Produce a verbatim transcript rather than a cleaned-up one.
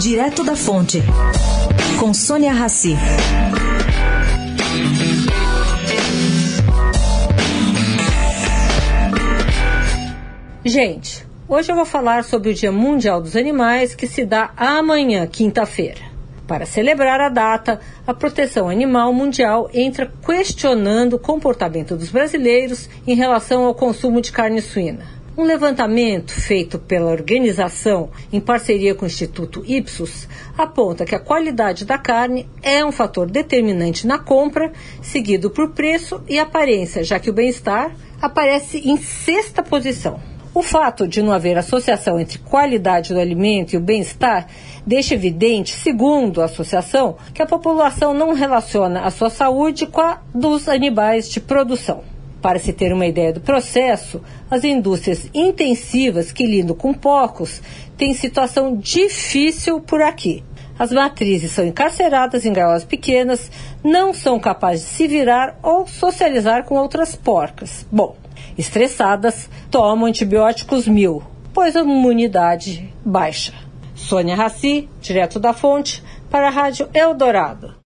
Direto da Fonte, com Sônia Rassi. Gente, hoje eu vou falar sobre o Dia Mundial dos Animais, que se dá amanhã, quinta-feira. Para celebrar a data, a Proteção Animal Mundial entra questionando o comportamento dos brasileiros em relação ao consumo de carne suína. Um levantamento feito pela organização em parceria com o Instituto Ipsos aponta que a qualidade da carne é um fator determinante na compra, seguido por preço e aparência, já que o bem-estar aparece em sexta posição. O fato de não haver associação entre qualidade do alimento e o bem-estar deixa evidente, segundo a associação, que a população não relaciona a sua saúde com a dos animais de produção. Para se ter uma ideia do processo, as indústrias intensivas que lidam com porcos têm situação difícil por aqui. As matrizes são encarceradas em gaiolas pequenas, não são capazes de se virar ou socializar com outras porcas. Bom, estressadas, tomam antibióticos mil, pois a imunidade baixa. Sônia Rassi, direto da Fonte, para a Rádio Eldorado.